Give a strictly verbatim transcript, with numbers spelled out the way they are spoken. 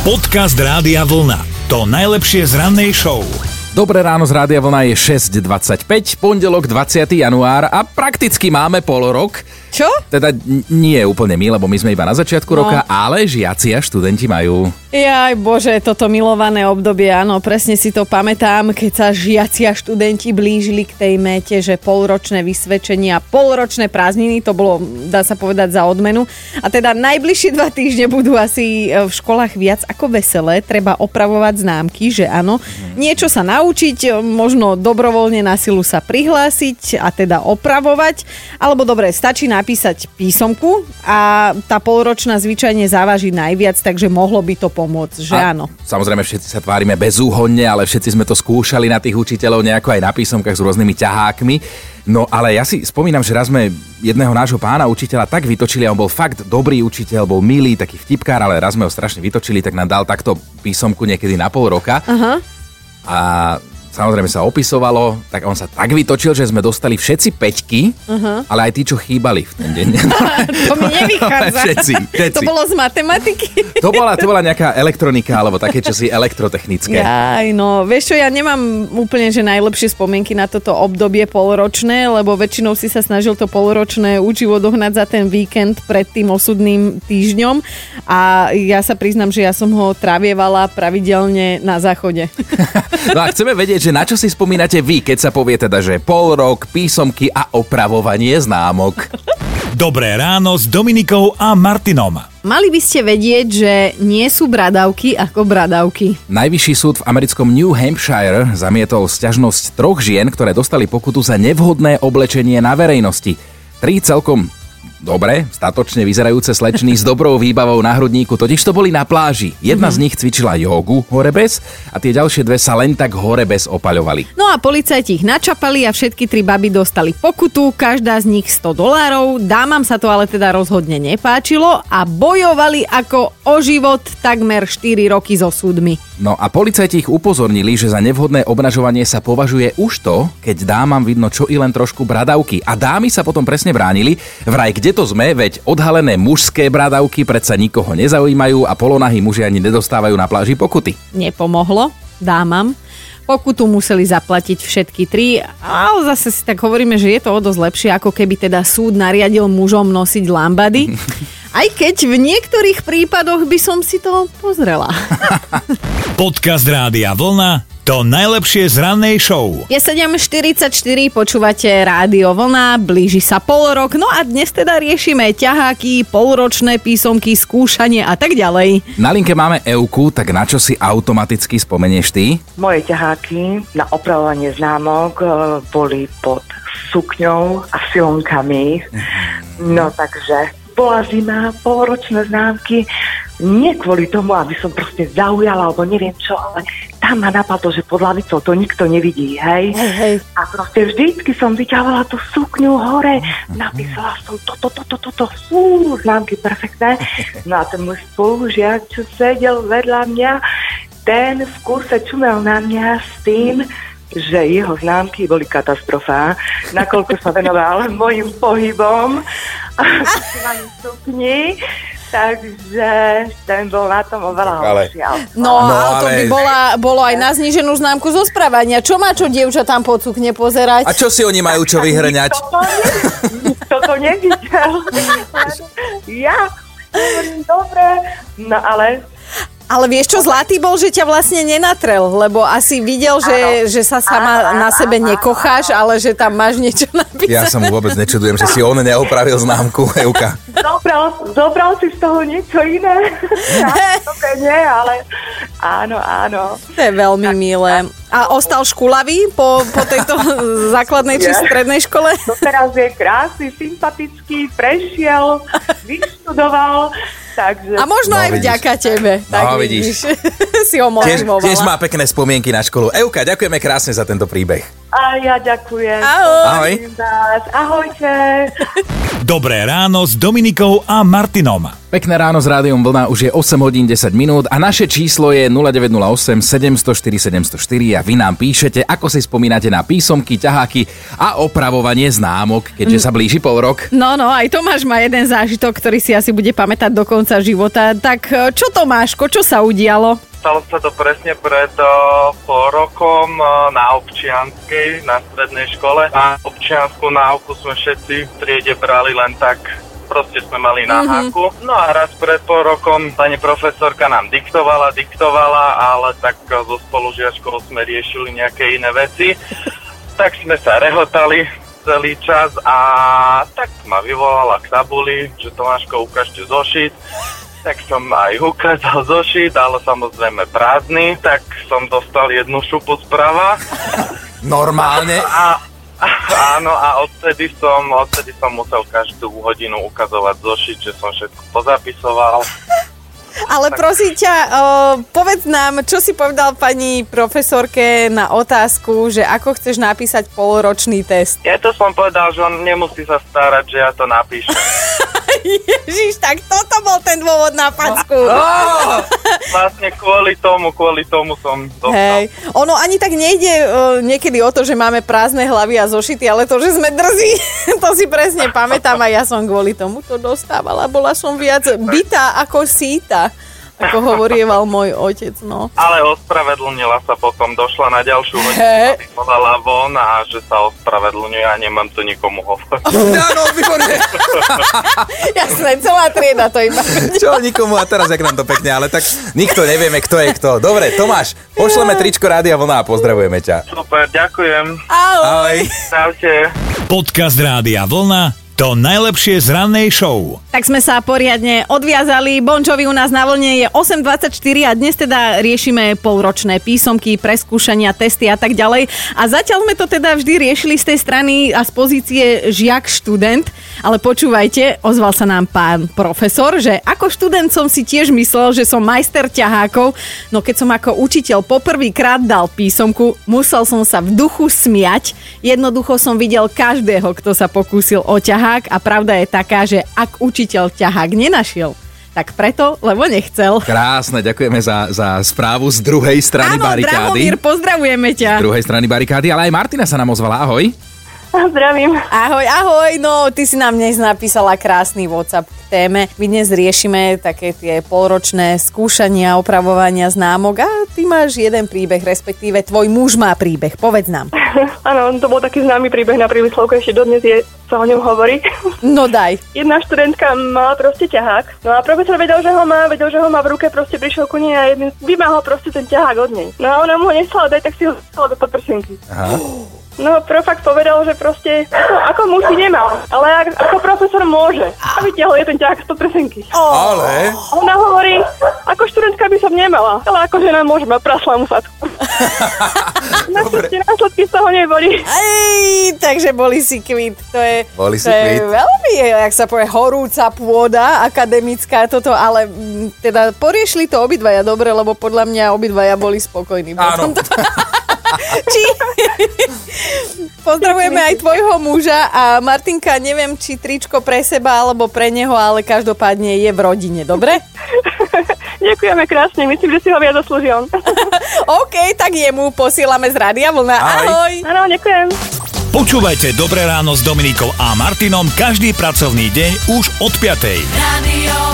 Podcast Rádia Vlna. To najlepšie z rannej show. Dobré ráno z Rádia Vlna je šesť dvadsaťpäť, pondelok dvadsiateho januára a prakticky máme polorok. Čo? Teda n- nie úplne my, lebo my sme iba na začiatku no. roka, ale žiaci a študenti majú. Jaj bože, toto milované obdobie, áno, presne si to pamätám, keď sa žiaci a študenti blížili k tej mete, že polročné vysvedčenie a polročné prázdniny, to bolo, dá sa povedať, za odmenu. A teda najbližšie dva týždne budú asi v školách viac ako veselé, treba opravovať známky, že áno, niečo sa naučiť, možno dobrovoľne na silu sa prihlásiť a teda opravovať, alebo dobre, stačí napísať písomku a tá polročná zvyčajne závaží najviac, takže mohlo by to pomôcť, že a áno. Samozrejme všetci sa tvárime bezúhonne, ale všetci sme to skúšali na tých učiteľov nejako aj na písomkách s rôznymi ťahákmi. No ale ja si spomínam, že raz sme jedného nášho pána učiteľa tak vytočili, a on bol fakt dobrý učiteľ, bol milý, taký vtipkár, ale raz sme ho strašne vytočili, tak nám dal takto písomku niekedy na pol roka. Aha. A samozrejme sa opisovalo, tak on sa tak vytočil, že sme dostali všetci päťky, uh-huh. ale aj tí, čo chýbali v ten deň. To mi nevychádza. Všetci, všetci. To bolo z matematiky. To bola, to bola nejaká elektronika, alebo také čosi elektrotechnické. Aj no, vieš čo, ja nemám úplne, že najlepšie spomienky na toto obdobie polročné, lebo väčšinou si sa snažil to polročné učivo dohnať za ten víkend pred tým osudným týždňom a ja sa priznám, že ja som ho travievala pravidelne na záchode. No a chceme vedieť, že na čo si spomínate vy, keď sa povie teda, že polrok, písomky a opravovanie známok. Dobré ráno s Dominikou a Martinom. Mali by ste vedieť, že nie sú bradavky ako bradavky. Najvyšší súd v americkom New Hampshire zamietol sťažnosť troch žien, ktoré dostali pokutu za nevhodné oblečenie na verejnosti. Tri celkom dobre, statočne vyzerajúce slečny s dobrou výbavou na hrudníku, totiž to boli na pláži. Jedna mm-hmm. z nich cvičila jógu horebez a tie ďalšie dve sa len tak horebez opaľovali. No a policajti ich načapali a všetky tri baby dostali pokutu, každá z nich sto dolárov. Dámam sa to ale teda rozhodne nepáčilo a bojovali ako o život takmer štyri roky so súdmi. No a policajti ich upozornili, že za nevhodné obnažovanie sa považuje už to, keď dámam vidno čo i len trošku bradavky. A dámy sa potom presne bránili, vraj kde to sme, veď odhalené mužské bradavky predsa nikoho nezaujímajú a polonahí muži ani nedostávajú na pláži pokuty. Nepomohlo dámam. Pokutu museli zaplatiť všetky tri, ale zase si tak hovoríme, že je to o dosť lepšie, ako keby teda súd nariadil mužom nosiť lambady. Aj keď v niektorých prípadoch by som si to pozrela. Podcast Rádia Vlna. To najlepšie z rannej show. Je sedem štyridsaťštyri, počúvate Rádio Vlna, blíži sa polrok, no a dnes teda riešime ťaháky, polročné písomky, skúšanie a tak ďalej. Na linke máme Euku, tak na čo si automaticky spomenieš ty? Moje ťaháky na opravovanie známok boli pod sukňou a silonkami. No takže bola zima, polročné známky, nie kvôli tomu, aby som proste zaujala, alebo neviem čo, ale tam ma napadlo, že pod lavicou to nikto nevidí, hej? Hej, hej. A proste vždycky som vyťahovala tú sukňu hore, napísala som toto, toto, toto, fú, známky perfektné. No a ten môj spolužiak, čo sedel vedľa mňa, ten v kurse čumel na mňa s tým, že jeho známky boli katastrofa, nakoľko sa venoval mojim pohybom a vysielaním sukni. Takže ten bol na tom oveľa horší. No, no ale to by bola, bolo aj na zníženú známku zo správania. Čo má čo dievča tam pod sukne pozerať? A čo si oni majú čo vyhrňať? Nikto to nevidel. Ja hovorím, dobre, no ale... Ale vieš čo, zlatý bol, že ťa vlastne nenatrel, lebo asi videl, že, že sa sama na sebe nekocháš, ale že tam máš niečo napísané. Ja sa mu vôbec nečudujem, že si on neopravil známku, Euka. Zobral, zobral si z toho niečo iné. Dobre, nie, ale áno, áno. To je veľmi milé. A ostal škulavý po, po tejto základnej či strednej škole? To teraz je krásny, sympatický, prešiel, vyštudoval. Takže... A možno no, aj vďaka tebe. No, tak vidíš. Si ho motivovala. Tiež, tiež má pekné spomienky na školu. Euka, ďakujeme krásne za tento príbeh. A ja ďakujem. Ahoj. Ahoj. Ahojte. Dobré ráno s Dominikou a Martinom. Pekné ráno s Rádiom Vlna, už je osem hodín desať minút a naše číslo je nula deväť nula osem sedem nula štyri sedem nula štyri a a vy nám píšete, ako si spomínate na písomky, ťaháky a opravovanie známok, keďže sa blíži pol rok. No, no, aj Tomáš má jeden zážitok, ktorý si asi bude pamätať do konca života. Tak čo Tomáško, čo sa udialo? Stalo sa to presne pred uh, pol rokom uh, na občianskej, na strednej škole. A občiansku náuku sme všetci v triede brali len tak, proste sme mali na mm-hmm. háku. No a raz pred pol rokom pani profesorka nám diktovala, diktovala, ale tak uh, so spolužiačkou sme riešili nejaké iné veci. Tak sme sa rehotali celý čas a tak ma vyvolala k tabuli, že Tomáško, ukážte zošit. Tak som aj ukázal zošit, ale samozrejme prázdny, tak som dostal jednu šupu sprava. Normálne? A, a, áno, a odtedy som, odtedy som musel každú hodinu ukazovať zošit, že som všetko pozapisoval. Ale prosím ťa, o, povedz nám, čo si povedal pani profesorke na otázku, že ako chceš napísať polročný test. Ja to som povedal, že on nemusí sa starať, že ja to napíšem. Ježiš, tak toto bol ten dôvod na facku. Oh, vlastne kvôli tomu, kvôli tomu som dostal. Hej, ono ani tak nejde o, niekedy o to, že máme prázdne hlavy a zošity, ale to, že sme drzí, to si presne pamätám a ja som kvôli tomu to dostávala. Bola som viac bitá ako síta, ako hovorieval môj otec, no. Ale ospravedlnila sa potom, došla na ďalšiu hodinu, He. aby povedala von a že sa ospravedlňuje a nemám to nikomu hovoriť. Áno, výborne. Jasné, celá trieda to iba. Čo nikomu a teraz, jak nám to pekne, ale tak nikto nevieme, kto je kto. Dobre, Tomáš, pošleme tričko Rádia Vlna a pozdravujeme ťa. Super, ďakujem. Ahoj. Ahoj. Čaute. Podcast Rádia Vlna. To najlepšie z rannej show. Tak sme sa poriadne odviazali. Bon Jovi u nás na vlne je osem dvadsaťštyri a dnes teda riešime polročné písomky, preskúšania, testy a tak ďalej. A zatiaľ sme to teda vždy riešili z tej strany a z pozície žiak-študent. Ale počúvajte, ozval sa nám pán profesor, že ako študent som si tiež myslel, že som majster ťahákov, no keď som ako učiteľ poprvýkrát dal písomku, musel som sa v duchu smiať. Jednoducho som videl každého, kto sa pokúsil o ťahák. A pravda je taká, že ak učiteľ ťahák nenašiel, tak preto, lebo nechcel. Krásne, ďakujeme za, za správu z druhej strany Áno, barikády. Áno, Drahomír, pozdravujeme ťa. Z druhej strany barikády, ale aj Martina sa nám ozvala. Ahoj. Zdravím. Ahoj, ahoj, no ty si nám dnes napísala krásny WhatsApp k téme. My dnes riešime také tie polročné skúšania, opravovania známok a ty máš jeden príbeh, respektíve tvoj muž má príbeh. Povedz nám. Áno, to bol taký známy príbeh na Priemyslovke, ešte dodnes je sa o ňom hovorí. No daj. Jedna študentka mala proste ťahák. No a profesor vedel, že ho má, vedel, že ho má v ruke, proste prišiel ku nej a jedným vymáhal proste ten ťahák od nej. No a ona mu ho nechcela dať, tak si ho dala do podprsenky. Aha. No, profak povedal, že proste ako, ako muž by nemal, ale ako profesor môže. A vytiahol je ten ťahák z podprsenky. Oh. Ale... Ona hovorí, ako študentka by som nemala, ale ako žena môže mať prasla mu fatku. Našťastie následky z toho neboli. Ej, takže boli si kvít. To je, Boli si to je kvít. veľmi, jak sa povie, horúca pôda, akademická toto, ale m, teda poriešli to obidvaja dobre, lebo podľa mňa obidvaja boli spokojní. Áno. Či... Pozdravujeme aj tvojho muža a Martinka, neviem, či tričko pre seba alebo pre neho, ale každopádne je v rodine, dobre? Ďakujeme krásne, myslím, že si ho viac zaslúži on. OK, tak jemu posílame z Rádia Vlna. Ahoj. Áno, ďakujem. Počúvajte Dobré ráno s Dominikou a Martinom každý pracovný deň už od piatej. Radio